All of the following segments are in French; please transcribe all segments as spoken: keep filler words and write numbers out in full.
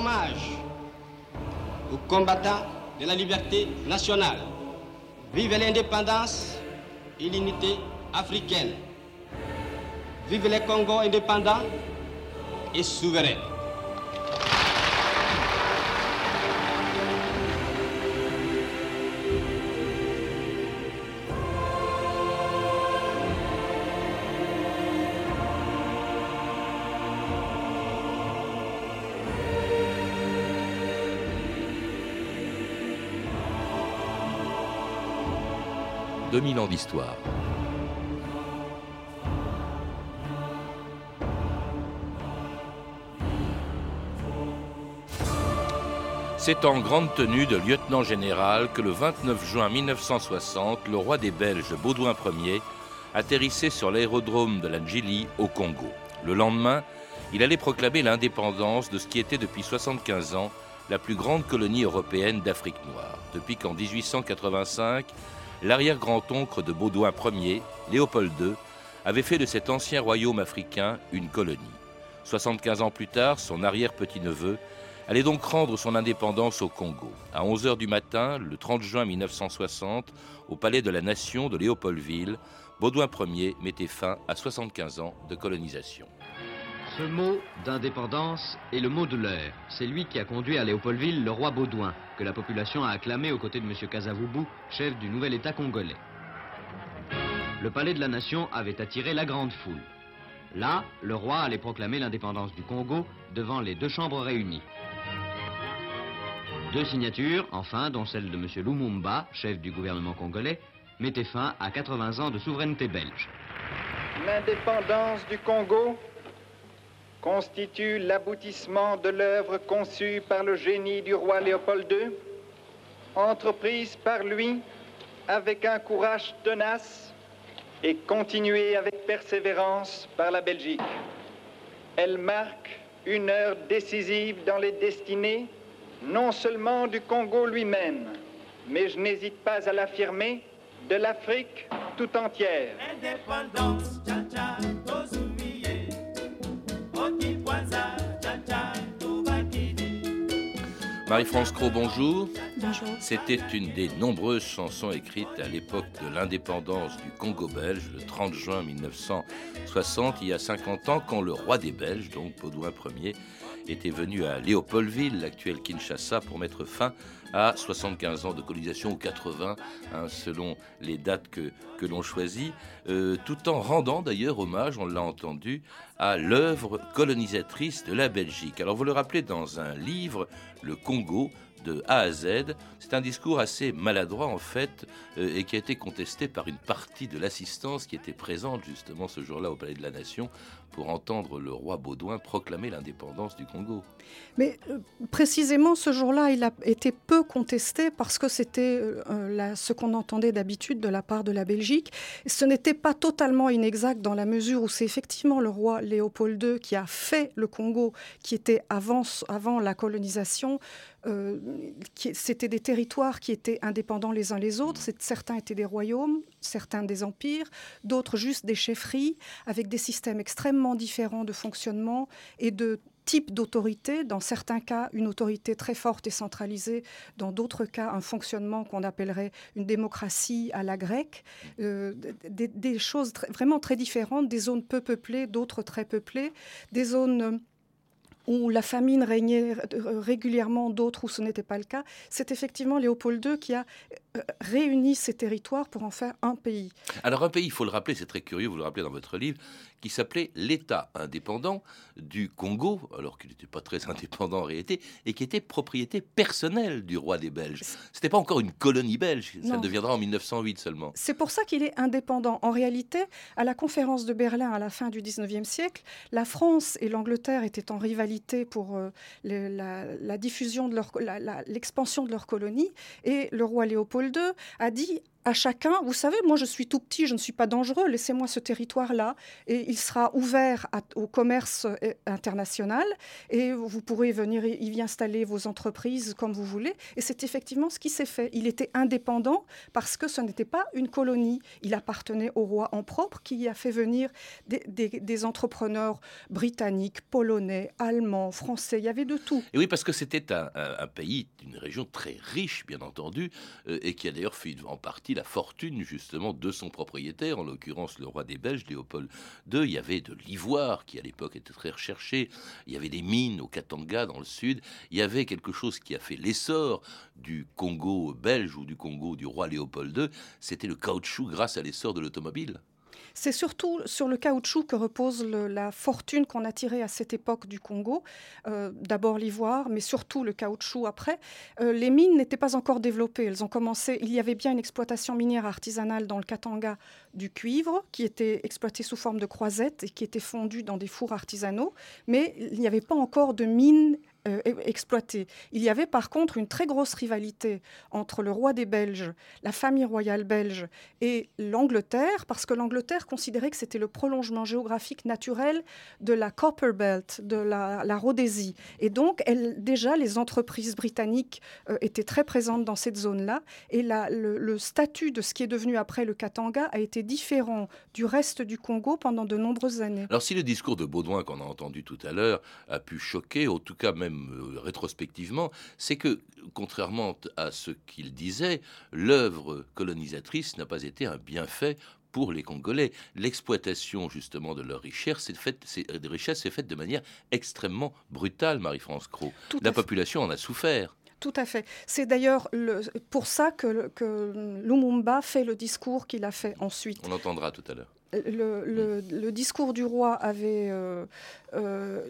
hommage aux combattants de la liberté nationale. Vive l'indépendance et l'unité africaine. Vive les Congos indépendants et souverains. deux mille ans d'histoire. C'est en grande tenue de lieutenant général que le vingt-neuf juin mille neuf cent soixante, le roi des Belges, Baudouin Ier, atterrissait sur l'aérodrome de la Djili au Congo. Le lendemain, il allait proclamer l'indépendance de ce qui était depuis soixante-quinze ans la plus grande colonie européenne d'Afrique noire. Depuis qu'en dix-huit cent quatre-vingt-cinq, l'arrière-grand-oncle de Baudouin Ier, Léopold deux, avait fait de cet ancien royaume africain une colonie. soixante-quinze ans plus tard, son arrière-petit-neveu allait donc rendre son indépendance au Congo. À onze heures du matin, le trente juin mille neuf cent soixante, au Palais de la Nation de Léopoldville, Baudouin Ier mettait fin à soixante-quinze ans de colonisation. Ce mot d'indépendance est le mot de l'heure. C'est lui qui a conduit à Léopoldville le roi Baudouin, que la population a acclamé aux côtés de M. Kasavubu, chef du nouvel État congolais. Le palais de la Nation avait attiré la grande foule. Là, le roi allait proclamer l'indépendance du Congo devant les deux chambres réunies. Deux signatures, enfin, dont celle de M. Lumumba, chef du gouvernement congolais, mettaient fin à quatre-vingts ans de souveraineté belge. L'indépendance du Congo constitue l'aboutissement de l'œuvre conçue par le génie du roi Léopold deux, entreprise par lui avec un courage tenace et continuée avec persévérance par la Belgique. Elle marque une heure décisive dans les destinées, non seulement du Congo lui-même, mais je n'hésite pas à l'affirmer, de l'Afrique tout entière. Indépendance, tcha, tcha, Marie-France Cros, bonjour. Bonjour. C'était une des nombreuses chansons écrites à l'époque de l'indépendance du Congo belge, le trente juin mille neuf cent soixante, il y a cinquante ans, quand le roi des Belges, donc Baudouin Ier, était venu à Léopoldville, l'actuel Kinshasa, pour mettre fin à soixante-quinze ans de colonisation, ou quatre-vingts, hein, selon les dates que, que l'on choisit, euh, tout en rendant d'ailleurs hommage, on l'a entendu, à l'œuvre colonisatrice de la Belgique. Alors vous le rappelez dans un livre, Le Congo, de A à Z, c'est un discours assez maladroit en fait, euh, et qui a été contesté par une partie de l'assistance qui était présente justement ce jour-là au Palais de la Nation pour entendre le roi Baudouin proclamer l'indépendance du Congo. Mais euh, précisément ce jour-là, il a été peu contesté parce que c'était euh, la, ce qu'on entendait d'habitude de la part de la Belgique. Ce n'était pas totalement inexact dans la mesure où c'est effectivement le roi Léopold deux qui a fait le Congo, qui était avant, avant la colonisation. Euh, qui, c'était des territoires qui étaient indépendants les uns les autres. C'est, certains étaient des royaumes, certains des empires, d'autres juste des chefferies, avec des systèmes extrêmement différents de fonctionnement et de type d'autorité. Dans certains cas, une autorité très forte et centralisée. Dans d'autres cas, un fonctionnement qu'on appellerait une démocratie à la grecque. Euh, des, des choses tr- vraiment très différentes, des zones peu peuplées, d'autres très peuplées, des zones où la famine régnait régulièrement, d'autres où ce n'était pas le cas. C'est effectivement Léopold deux qui a réuni ces territoires pour en faire un pays. Alors un pays, il faut le rappeler, c'est très curieux, vous le rappelez dans votre livre, qui s'appelait l'État indépendant du Congo, alors qu'il n'était pas très indépendant en réalité, et qui était propriété personnelle du roi des Belges. C'était pas encore une colonie belge, ça Non. deviendra en mille neuf cent huit seulement. C'est pour ça qu'il est indépendant. En réalité, à la conférence de Berlin à la fin du dix-neuvième siècle, la France et l'Angleterre étaient en rivalité pour euh, le, la, la diffusion de leur, la, la, l'expansion de leur colonie, et le roi Léopold deux a dit à chacun, vous savez, moi je suis tout petit, je ne suis pas dangereux, laissez-moi ce territoire-là. Et il sera ouvert à, au commerce international et vous pourrez venir y installer vos entreprises comme vous voulez. Et c'est effectivement ce qui s'est fait. Il était indépendant parce que ce n'était pas une colonie. Il appartenait au roi en propre qui a fait venir des, des, des entrepreneurs britanniques, polonais, allemands, français, il y avait de tout. Et oui, parce que c'était un, un, un pays, une région très riche, bien entendu, euh, et qui a d'ailleurs fait en partie la fortune justement de son propriétaire, en l'occurrence le roi des Belges, Léopold deux. Il y avait de l'ivoire qui à l'époque était très recherché, il y avait des mines au Katanga dans le sud, il y avait quelque chose qui a fait l'essor du Congo belge ou du Congo du roi Léopold deux, c'était le caoutchouc grâce à l'essor de l'automobile. C'est surtout sur le caoutchouc que repose le, la fortune qu'on a tirée à cette époque du Congo. Euh, d'abord l'ivoire, mais surtout le caoutchouc après. Euh, les mines n'étaient pas encore développées. Elles ont commencé. Il y avait bien une exploitation minière artisanale dans le Katanga du cuivre, qui était exploité sous forme de croisette et qui était fondu dans des fours artisanaux. Mais il n'y avait pas encore de mines Euh, exploité. Il y avait par contre une très grosse rivalité entre le roi des Belges, la famille royale belge et l'Angleterre, parce que l'Angleterre considérait que c'était le prolongement géographique naturel de la Copper Belt, de la, la Rhodésie. Et donc, elle, déjà, les entreprises britanniques euh, étaient très présentes dans cette zone-là. Et la, le, le statut de ce qui est devenu après le Katanga a été différent du reste du Congo pendant de nombreuses années. Alors, si le discours de Baudouin qu'on a entendu tout à l'heure a pu choquer, en tout cas même rétrospectivement, c'est que, contrairement à ce qu'il disait, l'œuvre colonisatrice n'a pas été un bienfait pour les Congolais. L'exploitation, justement, de leurs richesses s'est faite, de richesses s'est faite de manière extrêmement brutale, Marie-France Cros. La population en a souffert. Tout à fait. C'est d'ailleurs le, pour ça que, que Lumumba fait le discours qu'il a fait ensuite. On entendra tout à l'heure. Le, le, le discours du roi avait euh, euh,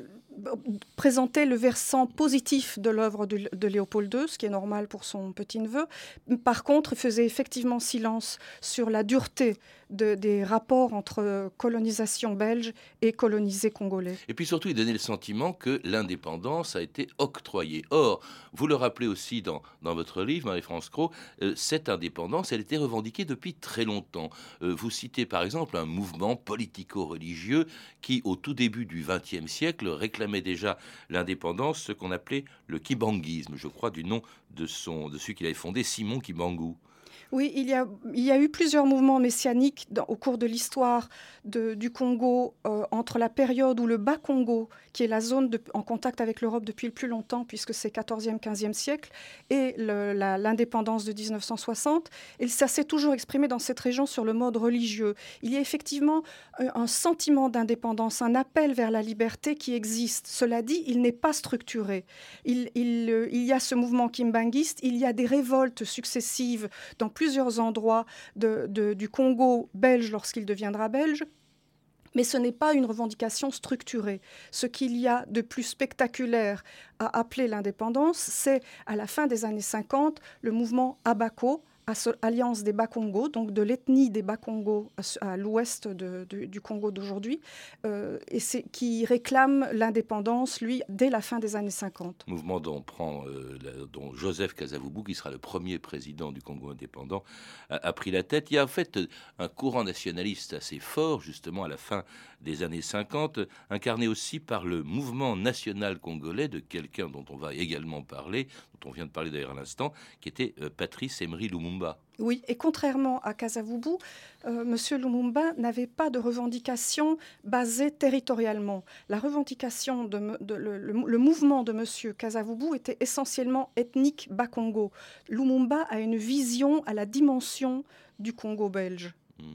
présenté le versant positif de l'œuvre de, de Léopold deux, ce qui est normal pour son petit-neveu. Par contre, il faisait effectivement silence sur la dureté de, des rapports entre colonisation belge et colonisés congolais. Et puis surtout, il donnait le sentiment que l'indépendance a été octroyée. Or, vous le rappelez aussi dans, dans votre livre, Marie-France Cros, euh, cette indépendance, elle était revendiquée depuis très longtemps. Euh, vous citez par exemple un mouvement politico-religieux qui, au tout début du vingtième siècle, réclamait déjà l'indépendance, ce qu'on appelait le kibanguisme, je crois du nom de, son, de celui qu'il avait fondé, Simon Kibangu. Oui, il y a, il y a eu plusieurs mouvements messianiques dans, au cours de l'histoire de, du Congo, euh, entre la période où le Bas-Congo, qui est la zone de, en contact avec l'Europe depuis le plus longtemps, puisque c'est quatorzième, quinzième siècle, et le, la, l'indépendance de dix-neuf cent soixante. Et ça s'est toujours exprimé dans cette région sur le mode religieux. Il y a effectivement un, un sentiment d'indépendance, un appel vers la liberté qui existe. Cela dit, il n'est pas structuré. Il, il, euh, il y a ce mouvement kimbanguiste, il y a des révoltes successives dans plusieurs endroits de, de, du Congo belge lorsqu'il deviendra belge. Mais ce n'est pas une revendication structurée. Ce qu'il y a de plus spectaculaire à appeler l'indépendance, c'est à la fin des années cinquante, le mouvement Abako, Alliance des Bas-Congo, donc de l'ethnie des Bas-Congo à l'ouest de, de, du Congo d'aujourd'hui, euh, et c'est, qui réclame l'indépendance, lui, dès la fin des années cinquante. Mouvement dont, prend, euh, la, dont Joseph Kasavubu, qui sera le premier président du Congo indépendant, a, a pris la tête. Il y a en fait un courant nationaliste assez fort, justement, à la fin des années cinquante, incarné aussi par le mouvement national congolais de quelqu'un dont on va également parler, dont on vient de parler d'ailleurs à l'instant, qui était euh, Patrice Emery Lumumba. Oui, et contrairement à Kasavubu, euh, M. Lumumba n'avait pas de revendication basée territorialement. La revendication, de, de, le, le, le mouvement de M. Kasavubu était essentiellement ethnique Bas-Congo. Lumumba a une vision à la dimension du Congo belge.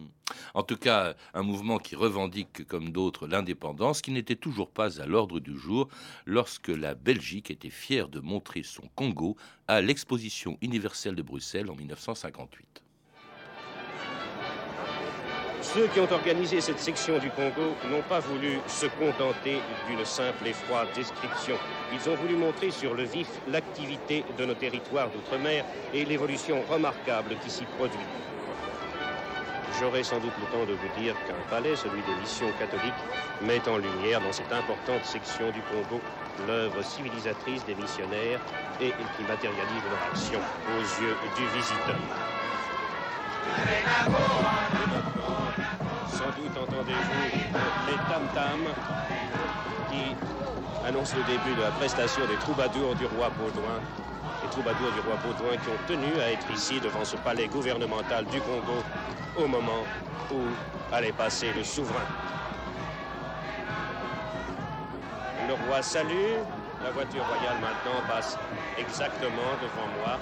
En tout cas, un mouvement qui revendique, comme d'autres, l'indépendance, qui n'était toujours pas à l'ordre du jour lorsque la Belgique était fière de montrer son Congo à l'exposition universelle de Bruxelles en dix-neuf cent cinquante-huit. Ceux qui ont organisé cette section du Congo n'ont pas voulu se contenter d'une simple et froide description. Ils ont voulu montrer sur le vif l'activité de nos territoires d'outre-mer et l'évolution remarquable qui s'y produit. J'aurai sans doute le temps de vous dire qu'un palais, celui des missions catholiques, met en lumière dans cette importante section du Congo l'œuvre civilisatrice des missionnaires et qui matérialise leur action aux yeux du visiteur. Sans doute entendez-vous les tam-tams qui annoncent le début de la prestation des troubadours du roi Baudouin. Les troubadours du roi Baudouin qui ont tenu à être ici devant ce palais gouvernemental du Congo au moment où allait passer le souverain. Le roi salue, la voiture royale maintenant passe exactement devant moi.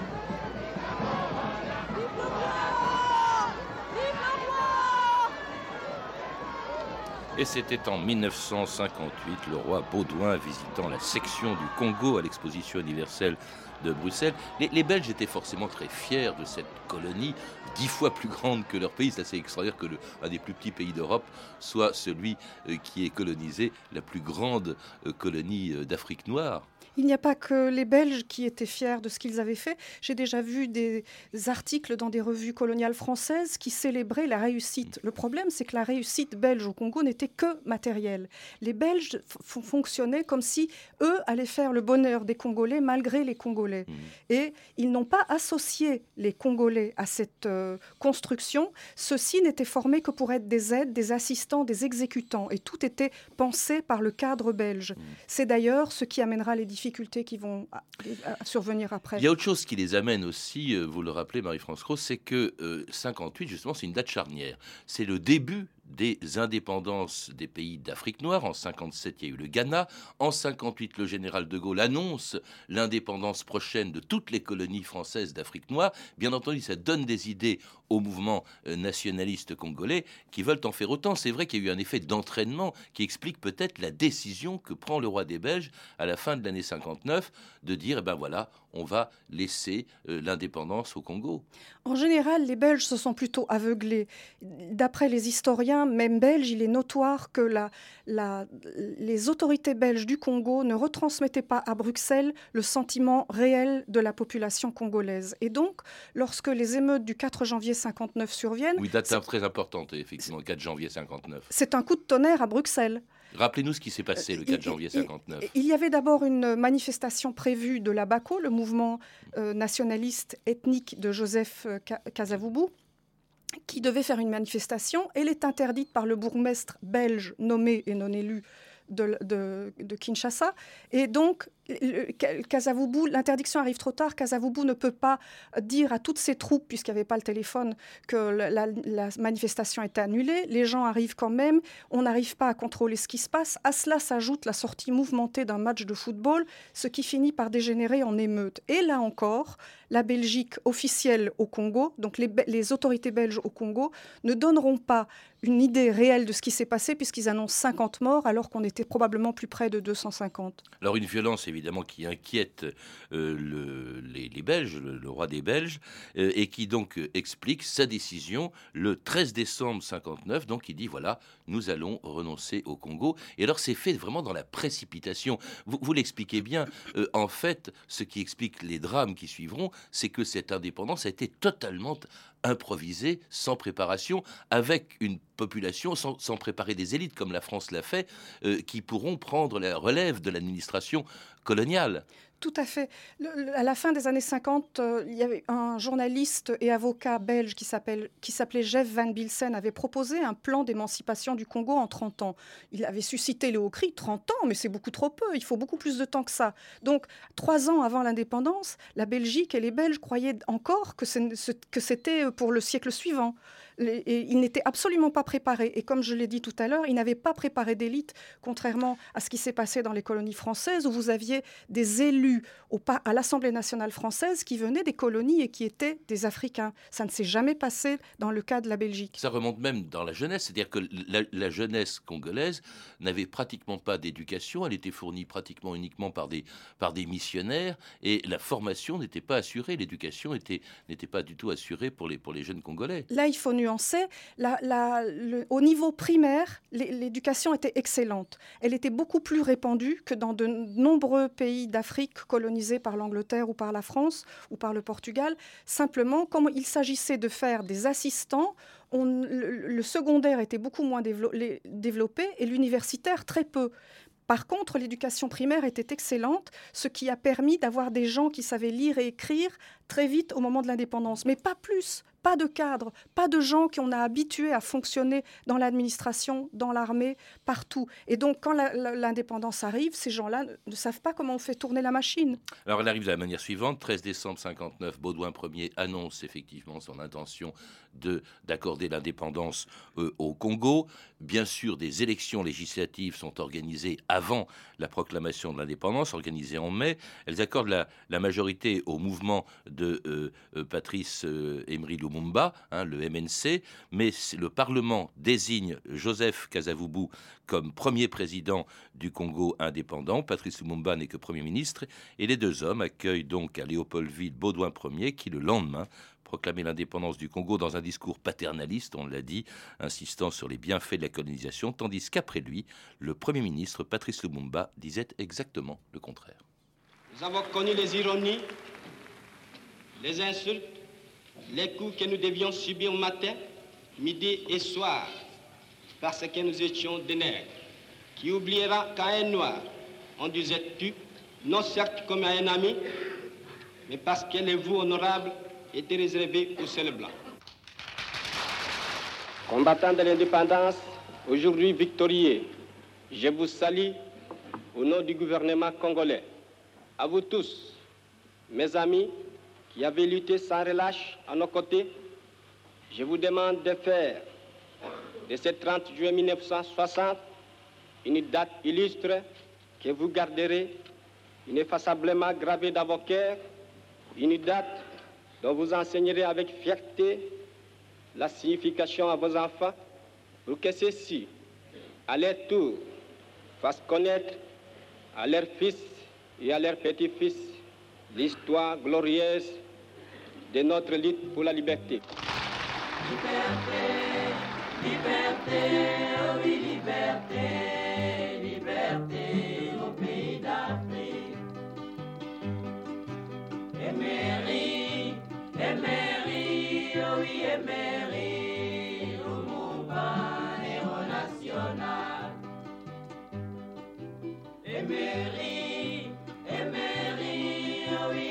Et c'était en mille neuf cent cinquante-huit, le roi Baudouin visitant la section du Congo à l'exposition universelle de Bruxelles. Les, les Belges étaient forcément très fiers de cette colonie, dix fois plus grande que leur pays. C'est assez extraordinaire que le, un des plus petits pays d'Europe soit celui euh, qui est colonisé, la plus grande euh, colonie euh, d'Afrique noire. Il n'y a pas que les Belges qui étaient fiers de ce qu'ils avaient fait. J'ai déjà vu des articles dans des revues coloniales françaises qui célébraient la réussite. Le problème, c'est que la réussite belge au Congo n'était que matérielle. Les Belges f- fonctionnaient comme si eux allaient faire le bonheur des Congolais malgré les Congolais. Mmh. Et ils n'ont pas associé les Congolais à cette euh, construction. Ceux-ci n'étaient formés que pour être des aides, des assistants, des exécutants. Et tout était pensé par le cadre belge. Mmh. C'est d'ailleurs ce qui amènera les difficultés qui vont survenir après. Il y a autre chose qui les amène aussi, vous le rappelez Marie-France Cros, c'est que euh, cinquante-huit, justement, c'est une date charnière. C'est le début des indépendances des pays d'Afrique noire. En cinquante-sept, il y a eu le Ghana. En cinquante-huit, le général de Gaulle annonce l'indépendance prochaine de toutes les colonies françaises d'Afrique noire. Bien entendu, ça donne des idées au mouvement nationaliste congolais qui veulent en faire autant. C'est vrai qu'il y a eu un effet d'entraînement qui explique peut-être la décision que prend le roi des Belges à la fin de l'année cinquante-neuf de dire, eh ben voilà, on va laisser euh, l'indépendance au Congo. En général, les Belges se sont plutôt aveuglés. D'après les historiens, même belges, il est notoire que la, la, les autorités belges du Congo ne retransmettaient pas à Bruxelles le sentiment réel de la population congolaise. Et donc, lorsque les émeutes du quatre janvier cinquante-neuf surviennent... Oui, date très importante, effectivement, le quatre janvier cinquanteneuf. C'est un coup de tonnerre à Bruxelles. Rappelez-nous ce qui s'est passé le quatre janvier cinquanteneuf. Il, il y avait d'abord une manifestation prévue de la BACO, le mouvement euh, nationaliste ethnique de Joseph euh, Kasavubu, qui devait faire une manifestation. Elle est interdite par le bourgmestre belge nommé et non élu de, de, de Kinshasa. Et donc, Kasavubu, l'interdiction arrive trop tard. Kasavubu ne peut pas dire à toutes ses troupes, puisqu'il n'y avait pas le téléphone, que la, la, la manifestation est annulée. Les gens arrivent quand même. On n'arrive pas à contrôler ce qui se passe. À cela s'ajoute la sortie mouvementée d'un match de football, ce qui finit par dégénérer en émeute. Et là encore, la Belgique officielle au Congo, donc les, les autorités belges au Congo, ne donneront pas une idée réelle de ce qui s'est passé, puisqu'ils annoncent cinquante morts, alors qu'on était probablement plus près de deux cent cinquante. Alors une violence évidemment qui inquiète euh, le, les, les Belges, le, le roi des Belges, euh, et qui donc euh, explique sa décision le treize décembre cinquante-neuf. Donc il dit voilà, nous allons renoncer au Congo. Et alors c'est fait vraiment dans la précipitation. Vous, vous l'expliquez bien. Euh, en fait, ce qui explique les drames qui suivront, c'est que cette indépendance a été totalement improvisée, sans préparation, avec une population, sans, sans préparer des élites comme la France l'a fait, euh, qui pourront prendre la relève de l'administration coloniale. Tout à fait. Le, le, à la fin des années cinquante, euh, il y avait un journaliste et avocat belge qui, s'appelle, qui s'appelait Jeff Van Bilsen, avait proposé un plan d'émancipation du Congo en trente ans. Il avait suscité le haut cri, trente ans, mais c'est beaucoup trop peu, il faut beaucoup plus de temps que ça. Donc, trois ans avant l'indépendance, la Belgique et les Belges croyaient encore que, c'est, que c'était pour le siècle suivant. Et ils n'étaient absolument pas préparés. Et comme je l'ai dit tout à l'heure, ils n'avaient pas préparé d'élite, contrairement à ce qui s'est passé dans les colonies françaises, où vous aviez des élus au, à l'Assemblée nationale française qui venaient des colonies et qui étaient des Africains. Ça ne s'est jamais passé dans le cas de la Belgique. Ça remonte même dans la jeunesse, c'est-à-dire que la, la jeunesse congolaise n'avait pratiquement pas d'éducation, elle était fournie pratiquement uniquement par des, par des missionnaires, et la formation n'était pas assurée, l'éducation était, n'était pas du tout assurée pour les, pour les jeunes Congolais. Là, il faut nuancer. La, la, le, au niveau primaire, l'éducation était excellente. Elle était beaucoup plus répandue que dans de nombreux pays d'Afrique colonisés par l'Angleterre ou par la France ou par le Portugal. Simplement, comme il s'agissait de faire des assistants, on, le, le secondaire était beaucoup moins développé, développé et l'universitaire très peu. Par contre, l'éducation primaire était excellente, ce qui a permis d'avoir des gens qui savaient lire et écrire très vite au moment de l'indépendance, mais pas plus. pas de cadres, pas de gens qu'on a habitués à fonctionner dans l'administration, dans l'armée, partout. Et donc, quand la, la, l'indépendance arrive, ces gens-là ne, ne savent pas comment on fait tourner la machine. Alors, elle arrive de la manière suivante. treize décembre cinquante-neuf, Baudouin Ier annonce effectivement son intention de, d'accorder l'indépendance euh, au Congo. Bien sûr, des élections législatives sont organisées avant la proclamation de l'indépendance, organisées en mai. Elles accordent la, la majorité au mouvement de euh, euh, Patrice euh, Emery Lumumba, hein, le M N C, mais le Parlement désigne Joseph Kasavubu comme premier président du Congo indépendant. Patrice Lumumba n'est que Premier ministre, et les deux hommes accueillent donc à Léopoldville Baudouin Ier, qui le lendemain proclamait l'indépendance du Congo dans un discours paternaliste, on l'a dit, insistant sur les bienfaits de la colonisation, tandis qu'après lui, le Premier ministre Patrice Lumumba disait exactement le contraire. Nous avons connu les ironies, les insultes, les coups que nous devions subir matin, midi et soir, parce que nous étions des nègres. Qui oubliera qu'à un noir, on disait tu, non certes comme à un ami, mais parce que les vous honorables étaient réservés aux seuls blancs. Combattants de l'indépendance, aujourd'hui victorieux, je vous salue au nom du gouvernement congolais. À vous tous, mes amis, qui avez lutté sans relâche à nos côtés, je vous demande de faire de ce trente juin mille neuf cent soixante une date illustre que vous garderez ineffaçablement gravée dans vos cœurs, une date dont vous enseignerez avec fierté la signification à vos enfants, pour que ceux-ci, à leur tour, fassent connaître à leurs fils et à leurs petits-fils l'histoire glorieuse de notre lutte pour la liberté. Liberté, liberté, oh oui, liberté, liberté au pays d'Afrique. Emery, Emery, oh oui, Emery, Lumumba, héros national. Emery, Emery, oh oui,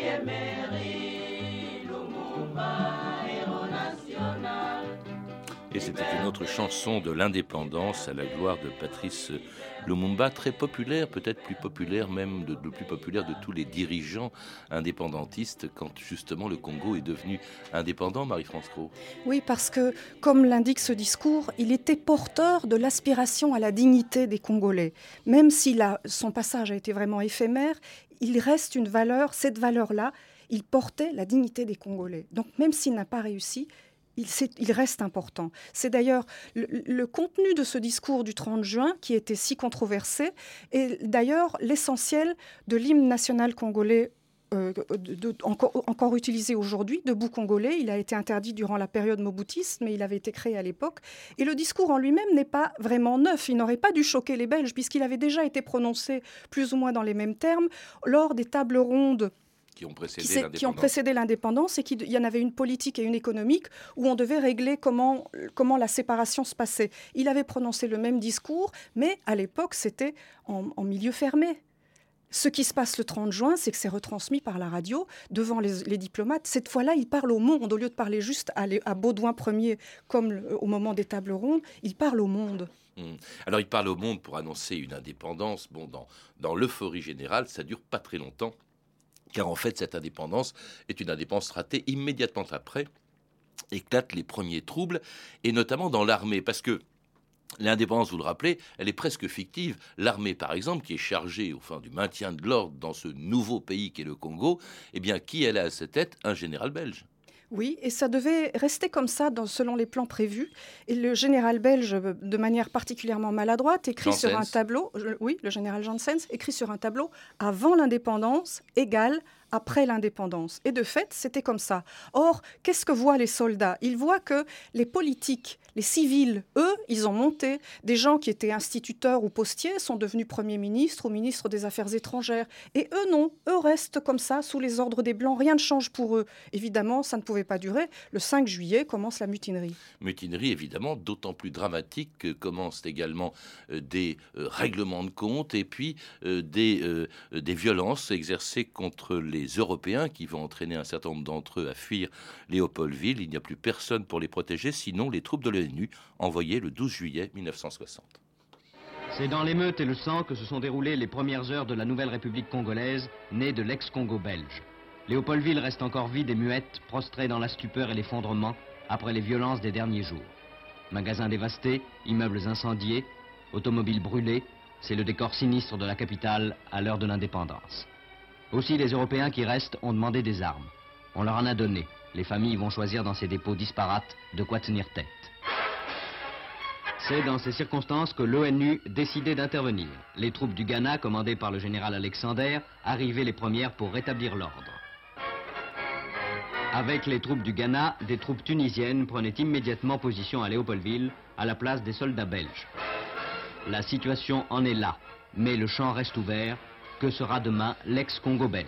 Emery, Lumumba, héros national. Et c'était une autre chanson de l'indépendance à la gloire de Patrice Lumumba, très populaire, peut-être plus populaire même, de, le plus populaire de tous les dirigeants indépendantistes quand justement le Congo est devenu indépendant, Marie-France Cros. Oui, parce que, comme l'indique ce discours, il était porteur de l'aspiration à la dignité des Congolais. Même si la, son passage a été vraiment éphémère, il reste une valeur, cette valeur-là, il portait la dignité des Congolais. Donc même s'il n'a pas réussi, Il, il reste important. C'est d'ailleurs le, le contenu de ce discours du trente juin qui était si controversé, et d'ailleurs l'essentiel de l'hymne national congolais euh, de, de, encore, encore utilisé aujourd'hui, debout congolais. Il a été interdit durant la période mobutiste, mais il avait été créé à l'époque. Et le discours en lui-même n'est pas vraiment neuf. Il n'aurait pas dû choquer les Belges, puisqu'il avait déjà été prononcé plus ou moins dans les mêmes termes lors des tables rondes Qui ont, précédé qui, qui ont précédé l'indépendance, et qu'il y en avait une politique et une économique où on devait régler comment, comment la séparation se passait. Il avait prononcé le même discours, mais à l'époque, c'était en, en milieu fermé. Ce qui se passe le trente juin, c'est que c'est retransmis par la radio devant les, les diplomates. Cette fois-là, il parle au monde. Au lieu de parler juste à, les, à Baudouin Ier, comme le, au moment des tables rondes, il parle au monde. Mmh. Alors, il parle au monde pour annoncer une indépendance. Bon, dans, dans l'euphorie générale, ça dure pas très longtemps. Car en fait, cette indépendance est une indépendance ratée. Immédiatement après, éclatent les premiers troubles, et notamment dans l'armée, parce que l'indépendance, vous le rappelez, elle est presque fictive. L'armée, par exemple, qui est chargée enfin, du maintien de l'ordre dans ce nouveau pays qu'est le Congo, eh bien, qui elle a à sa tête? Un général belge. Oui, et ça devait rester comme ça dans, selon les plans prévus. Et le général belge, de manière particulièrement maladroite, écrit Janssens. sur un tableau, je, oui, le général Janssens, écrit sur un tableau « Avant l'indépendance égale après l'indépendance ». Et de fait, c'était comme ça. Or, qu'est-ce que voient les soldats? Ils voient que les politiques, les civils, eux, ils ont monté. Des gens qui étaient instituteurs ou postiers sont devenus premiers ministres ou ministres des Affaires étrangères. Et eux, non. Eux restent comme ça, sous les ordres des Blancs. Rien ne change pour eux. Évidemment, ça ne pouvait pas durer. Le cinq juillet commence la mutinerie. Mutinerie, évidemment, d'autant plus dramatique que commencent également euh, des euh, règlements de compte et puis euh, des, euh, des violences exercées contre les les Européens qui vont entraîner un certain nombre d'entre eux à fuir Léopoldville. Il n'y a plus personne pour les protéger, sinon les troupes de l'ONU envoyées le douze juillet mille neuf cent soixante. C'est dans l'émeute et le sang que se sont déroulées les premières heures de la nouvelle République congolaise, née de l'ex-Congo belge. Léopoldville reste encore vide et muette, prostrée dans la stupeur et l'effondrement après les violences des derniers jours. Magasins dévastés, immeubles incendiés, automobiles brûlées, c'est le décor sinistre de la capitale à l'heure de l'indépendance. Aussi, les Européens qui restent ont demandé des armes. On leur en a donné. Les familles vont choisir dans ces dépôts disparates de quoi tenir tête. C'est dans ces circonstances que l'ONU décidait d'intervenir. Les troupes du Ghana, commandées par le général Alexander, arrivaient les premières pour rétablir l'ordre. Avec les troupes du Ghana, des troupes tunisiennes prenaient immédiatement position à Léopoldville, à la place des soldats belges. La situation en est là, mais le champ reste ouvert. Que sera demain l'ex-Congo belge ?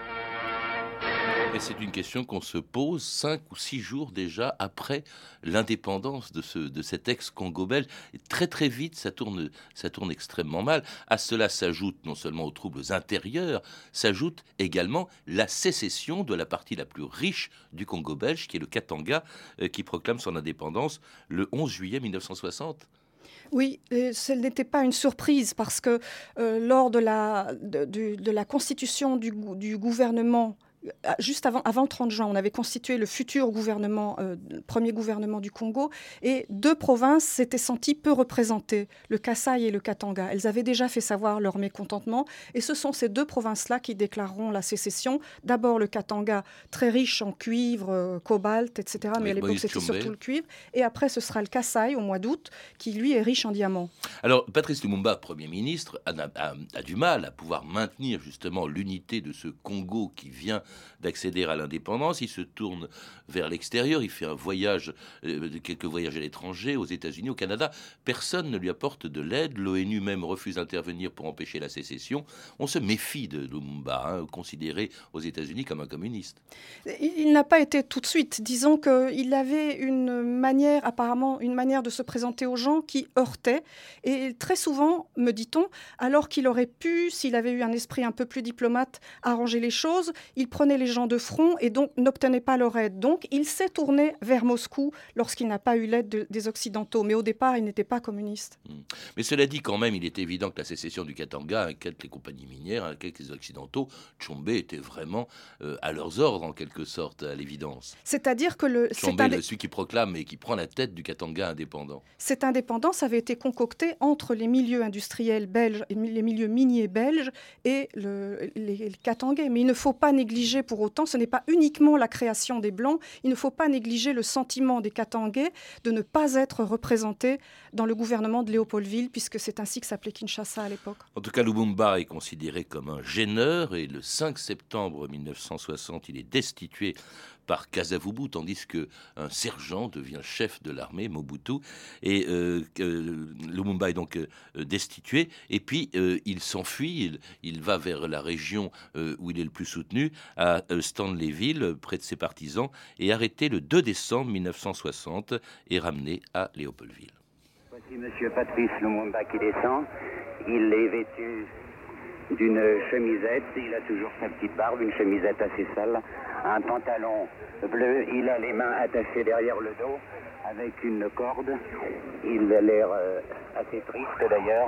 Et c'est une question qu'on se pose cinq ou six jours déjà après l'indépendance de, ce, de cet ex-Congo belge. Et très très vite, ça tourne, ça tourne extrêmement mal. À cela s'ajoute non seulement aux troubles intérieurs, s'ajoute également la sécession de la partie la plus riche du Congo belge, qui est le Katanga, euh, qui proclame son indépendance le onze juillet mille neuf cent soixante. Oui, et ce n'était pas une surprise parce que euh, lors de la, de, de, de la constitution du, du gouvernement, juste avant, avant le trente juin, on avait constitué le futur gouvernement, euh, premier gouvernement du Congo, et deux provinces s'étaient senties peu représentées, le Kasaï et le Katanga. Elles avaient déjà fait savoir leur mécontentement, et ce sont ces deux provinces-là qui déclareront la sécession. D'abord le Katanga, très riche en cuivre, euh, cobalt, et cetera, mais à l'époque c'était surtout le cuivre, et après ce sera le Kasaï au mois d'août, qui lui est riche en diamants. Alors Patrice Lumumba, Premier ministre, a, a, a du mal à pouvoir maintenir justement l'unité de ce Congo qui vient d'accéder à l'indépendance. Il se tourne vers l'extérieur, il fait un voyage, euh, quelques voyages à l'étranger, aux États-Unis, au Canada. Personne ne lui apporte de l'aide. L'ONU même refuse d'intervenir pour empêcher la sécession. On se méfie de Lumumba, hein, considéré aux États-Unis comme un communiste. Il, il n'a pas été tout de suite. Disons qu'il avait une manière, apparemment, une manière de se présenter aux gens qui heurtait. Et très souvent, me dit-on, alors qu'il aurait pu, s'il avait eu un esprit un peu plus diplomate, arranger les choses, il prenait les gens de front et donc n'obtenait pas leur aide. Donc il s'est tourné vers Moscou lorsqu'il n'a pas eu l'aide de, des Occidentaux. Mais au départ, il n'était pas communiste. Mmh. Mais cela dit, quand même, il est évident que la sécession du Katanga inquiète les compagnies minières, inquiète les Occidentaux. Tshombe était vraiment euh, à leurs ordres, en quelque sorte, à l'évidence. C'est-à-dire que le... Tshombe est celui qui proclame et qui prend la tête du Katanga indépendant. Cette indépendance avait été concoctée entre les milieux industriels belges et les milieux miniers belges et le, les, les Katangais. Mais il ne faut pas négliger pour autant, ce n'est pas uniquement la création des Blancs, il ne faut pas négliger le sentiment des Katangais de ne pas être représentés dans le gouvernement de Léopoldville, puisque c'est ainsi que s'appelait Kinshasa à l'époque. En tout cas, Lumumba est considéré comme un gêneur et le cinq septembre mille neuf cent soixante, il est destitué par Kasavubu, tandis qu'un sergent devient chef de l'armée, Mobutu, et euh, euh, Lumumba est donc euh, destitué, et puis euh, il s'enfuit, il, il va vers la région euh, où il est le plus soutenu, à euh, Stanleyville, près de ses partisans, et arrêté le deux décembre mille neuf cent soixante et ramené à Léopoldville. Voici M. Patrice Lumumba qui descend, il est vêtu d'une chemisette, il a toujours sa petite barbe, une chemisette assez sale, un pantalon bleu, il a les mains attachées derrière le dos avec une corde, il a l'air euh, assez triste d'ailleurs.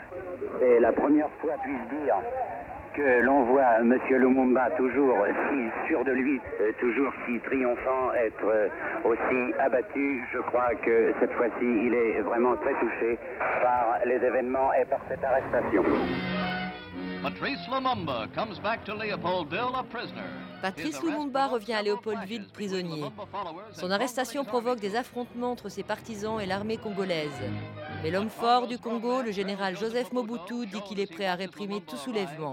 C'est la première fois, puis-je dire, que l'on voit M. Lumumba toujours si sûr de lui, euh, toujours si triomphant, être euh, aussi abattu. Je crois que cette fois-ci, il est vraiment très touché par les événements et par cette arrestation. Patrice Lumumba comes back to Leopoldville a prisoner. Patrice Lumumba revient à Léopoldville prisonnier. Son arrestation provoque des affrontements entre ses partisans et l'armée congolaise. Mais l'homme fort du Congo, le général Joseph Mobutu, dit qu'il est prêt à réprimer tout soulèvement.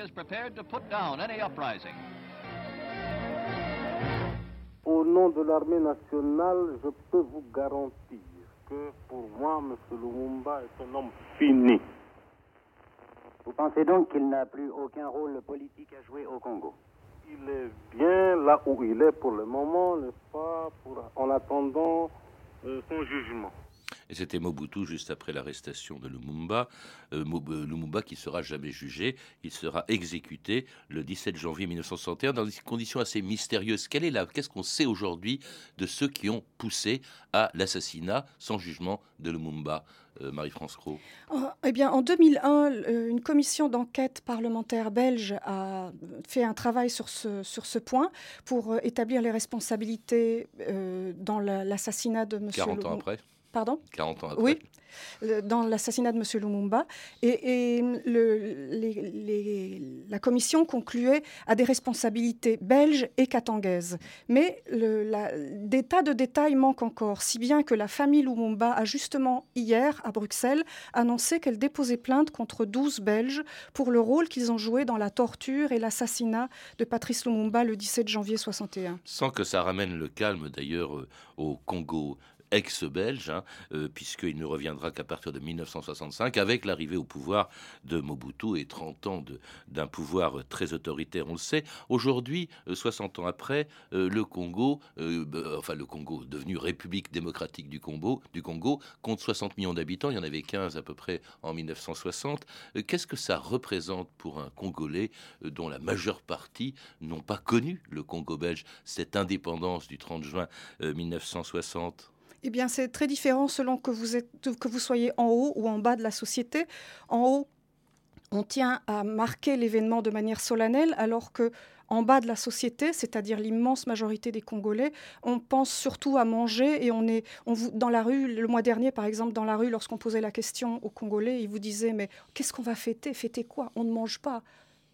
Au nom de l'armée nationale, je peux vous garantir que pour moi, M. Lumumba est un homme fini. Vous pensez donc qu'il n'a plus aucun rôle politique à jouer au Congo? Il est bien là où il est pour le moment, n'est-ce pas, pour, en attendant euh, son jugement. Et c'était Mobutu juste après l'arrestation de Lumumba. Euh, Lumumba qui sera jamais jugé. Il sera exécuté le dix-sept janvier mille neuf cent soixante et un dans des conditions assez mystérieuses. Quelle est la, qu'est-ce qu'on sait aujourd'hui de ceux qui ont poussé à l'assassinat sans jugement de Lumumba, euh, Marie-France Cros? Eh bien, en deux mille un, une commission d'enquête parlementaire belge a fait un travail sur ce, sur ce point pour établir les responsabilités euh, dans la, l'assassinat de M. quarante ans après. Pardon ? quarante ans après. Oui, dans l'assassinat de M. Lumumba. Et, et le, les, les, la commission concluait à des responsabilités belges et katangaises. Mais le, la, des tas de détails manquent encore, si bien que la famille Lumumba a justement hier, à Bruxelles, annoncé qu'elle déposait plainte contre douze Belges pour le rôle qu'ils ont joué dans la torture et l'assassinat de Patrice Lumumba le dix-sept janvier soixante et un. Sans que ça ramène le calme, d'ailleurs, euh, au Congo ex-belge, hein, euh, puisqu'il ne reviendra qu'à partir de mille neuf cent soixante-cinq, avec l'arrivée au pouvoir de Mobutu et trente ans de, d'un pouvoir très autoritaire, on le sait. Aujourd'hui, euh, soixante ans après, euh, le Congo, euh, euh, enfin le Congo, devenu République démocratique du Congo, du Congo, compte soixante millions d'habitants, il y en avait quinze à peu près en mille neuf cent soixante. Euh, qu'est-ce que ça représente pour un Congolais euh, dont la majeure partie n'ont pas connu le Congo belge, cette indépendance du trente juin euh, mille neuf cent soixante? Eh bien, c'est très différent selon que vous, êtes, que vous soyez en haut ou en bas de la société. En haut, on tient à marquer l'événement de manière solennelle, alors que en bas de la société, c'est-à-dire l'immense majorité des Congolais, on pense surtout à manger et on est on vous, dans la rue, le mois dernier par exemple, dans la rue, lorsqu'on posait la question aux Congolais, ils vous disaient « mais qu'est-ce qu'on va fêter ? Fêter quoi ? On ne mange pas ».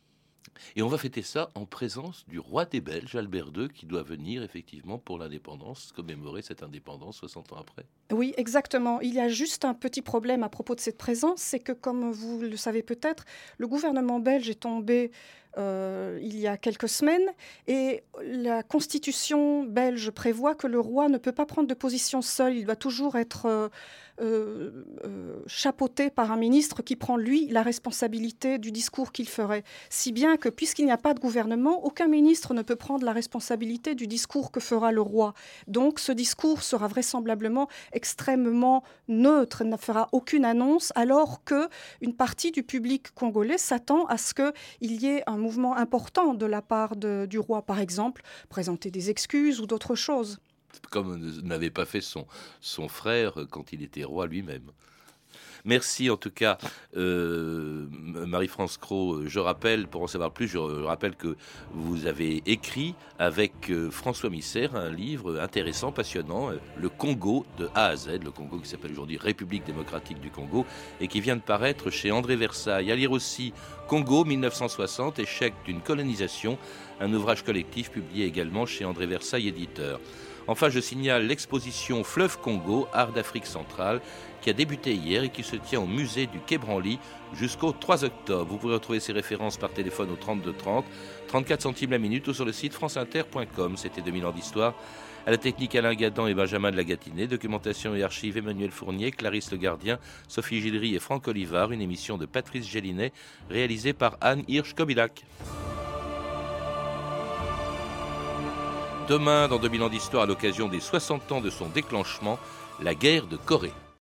Et on va fêter ça en présence du roi des Belges, Albert deux, qui doit venir effectivement pour l'indépendance, commémorer cette indépendance soixante ans après. Oui, exactement. Il y a juste un petit problème à propos de cette présence, c'est que, comme vous le savez peut-être, le gouvernement belge est tombé euh, il y a quelques semaines et la constitution belge prévoit que le roi ne peut pas prendre de position seul. Il doit toujours être euh, euh, euh, chapeauté par un ministre qui prend, lui, la responsabilité du discours qu'il ferait. Si bien que, puisqu'il n'y a pas de gouvernement, aucun ministre ne peut prendre la responsabilité du discours que fera le roi. Donc, ce discours sera vraisemblablement extrêmement neutre, ne fera aucune annonce, alors qu'une partie du public congolais s'attend à ce qu'il y ait un mouvement important de la part de, du roi, par exemple, présenter des excuses ou d'autres choses. Comme n'avait pas fait son, son frère quand il était roi lui-même. Merci en tout cas, euh, Marie-France Cros. Je rappelle, pour en savoir plus, je rappelle que vous avez écrit avec euh, François Misser un livre intéressant, passionnant, euh, Le Congo de A à Z, le Congo qui s'appelle aujourd'hui République démocratique du Congo et qui vient de paraître chez André Versailles. À lire aussi Congo mille neuf cent soixante, échec d'une colonisation, un ouvrage collectif publié également chez André Versailles, éditeur. Enfin, je signale l'exposition Fleuve Congo, Art d'Afrique centrale, qui a débuté hier et qui se tient au musée du Quai Branly jusqu'au trois octobre. Vous pourrez retrouver ces références par téléphone au trente-deux trente, trente-quatre centimes la minute ou sur le site franceinter point com. C'était deux mille ans d'histoire. À la technique, Alain Gadan et Benjamin de la Gâtinais. Documentation et archives, Emmanuel Fournier, Clarisse Le Gardien, Sophie Gillery et Franck Olivard. Une émission de Patrice Gélinet, réalisée par Anne Hirsch-Kobilac. Demain, dans deux mille ans d'histoire, à l'occasion des soixante ans de son déclenchement, la guerre de Corée.